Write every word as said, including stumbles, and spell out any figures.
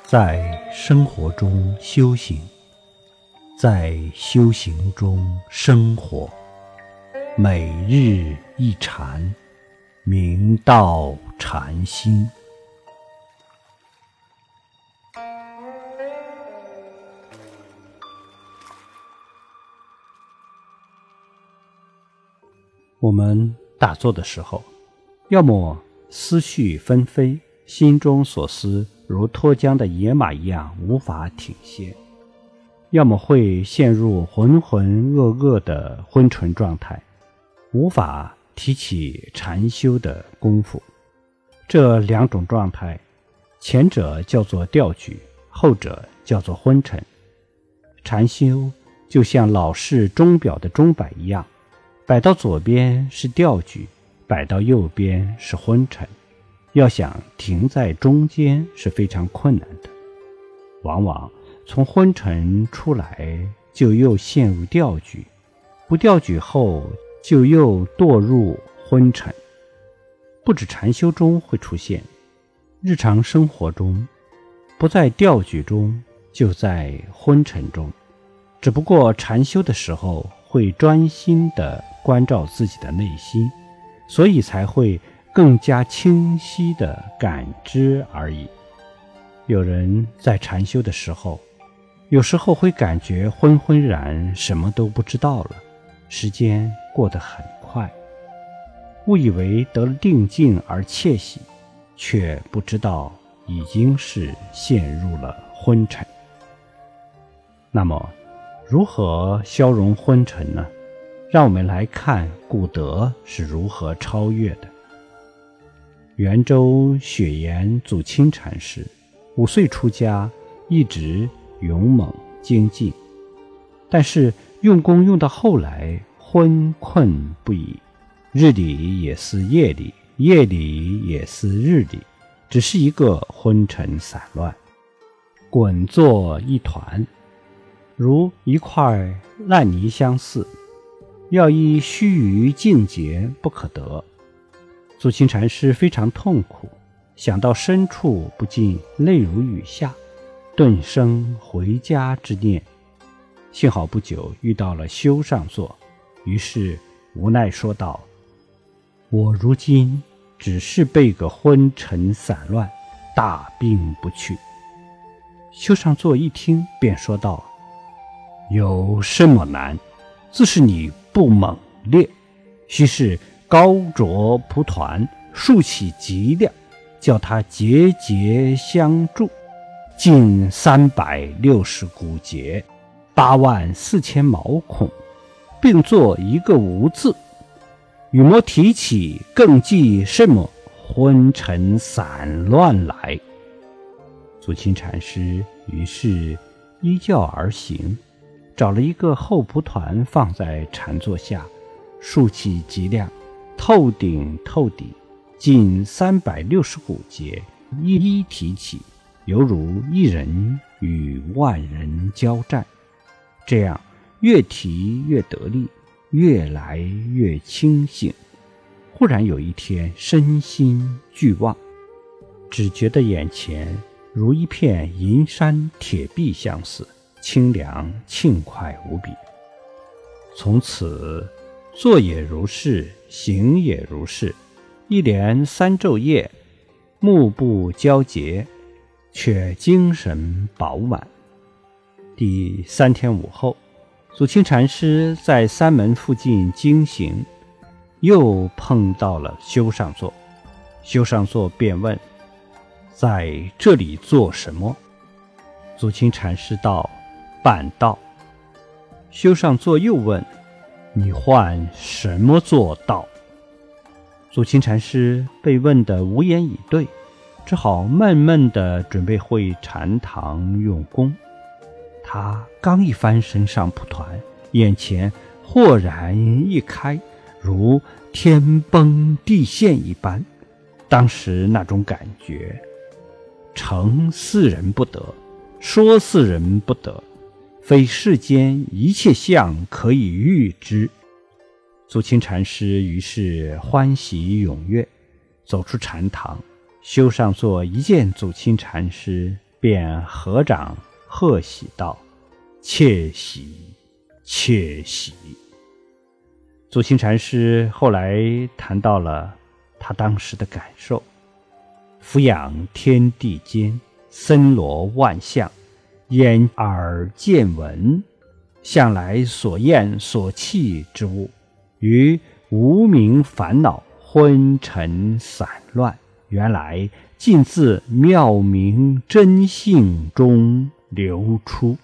在生活中修行，在修行中生活，每日一禅，明道禅心。我们打坐的时候，要么思绪纷飞，心中所思如脱缰的野马一样无法停歇，要么会陷入浑浑噩噩的昏沉状态，无法提起禅修的功夫。这两种状态，前者叫做掉举，后者叫做昏沉。禅修就像老式钟表的钟摆一样，摆到左边是掉举，摆到右边是昏沉。要想停在中间是非常困难的，往往从昏沉出来就又陷入掉举，不掉举后就又堕入昏沉。不止禅修中会出现，日常生活中不在掉举中就在昏沉中，只不过禅修的时候会专心地关照自己的内心，所以才会更加清晰地感知而已。有人在禅修的时候，有时候会感觉昏昏然，什么都不知道了，时间过得很快，误以为得了定境而窃喜，却不知道已经是陷入了昏沉。那么如何消融昏沉呢？让我们来看古德是如何超越的。圆州雪岩祖钦禅师五岁出家，一直勇猛精进，但是用功用到后来昏困不已，日里也似夜里，夜里也似日里，只是一个昏沉散乱，滚作一团，如一块烂泥相似，要依须臾尽竭不可得。祖钦禅师非常痛苦，想到深处不禁泪如雨下，顿生回家之念。幸好不久遇到了修上座，于是无奈说道：我如今只是被个昏沉散乱，大病不去。修上座一听便说道：有什么难？自是你不猛烈，须是高着蒲团，竖起脊梁，叫它节节相助，近三百六十骨节，八万四千毛孔，并作一个无字，与莫提起，更记什么昏沉散乱来。祖钦禅师于是依教而行，找了一个厚蒲团放在禅座下，竖起脊梁，透顶透底，近三百六十骨节，一一提起，犹如一人与万人交战。这样越提越得力，越来越清醒。忽然有一天身心俱忘，只觉得眼前如一片银山铁壁相似，清凉轻快无比。从此坐也如是，行也如是，一连三昼夜，目不交结，却精神饱满。第三天午后，祖钦禅师在三门附近经行，又碰到了修上座。修上座便问：在这里做什么？祖钦禅师道：办道。修上座又问：你唤什么做道？祖钦禅师被问得无言以对，只好闷闷地准备回禅堂用功。他刚一翻身上蒲团，眼前豁然一开，如天崩地陷一般。当时那种感觉，成似人不得，说似人不得，非世间一切相可以喻之。祖钦禅师于是欢喜踊跃，走出禅堂。修上座一见祖钦禅师， 便合掌贺喜道：窃喜，窃喜。祖兴禅师后来谈到了他当时的感受：俯仰天地间，森罗万象，眼耳见闻，向来所厌所弃之物，于无明烦恼昏沉散乱，原来尽自妙明真性中流出。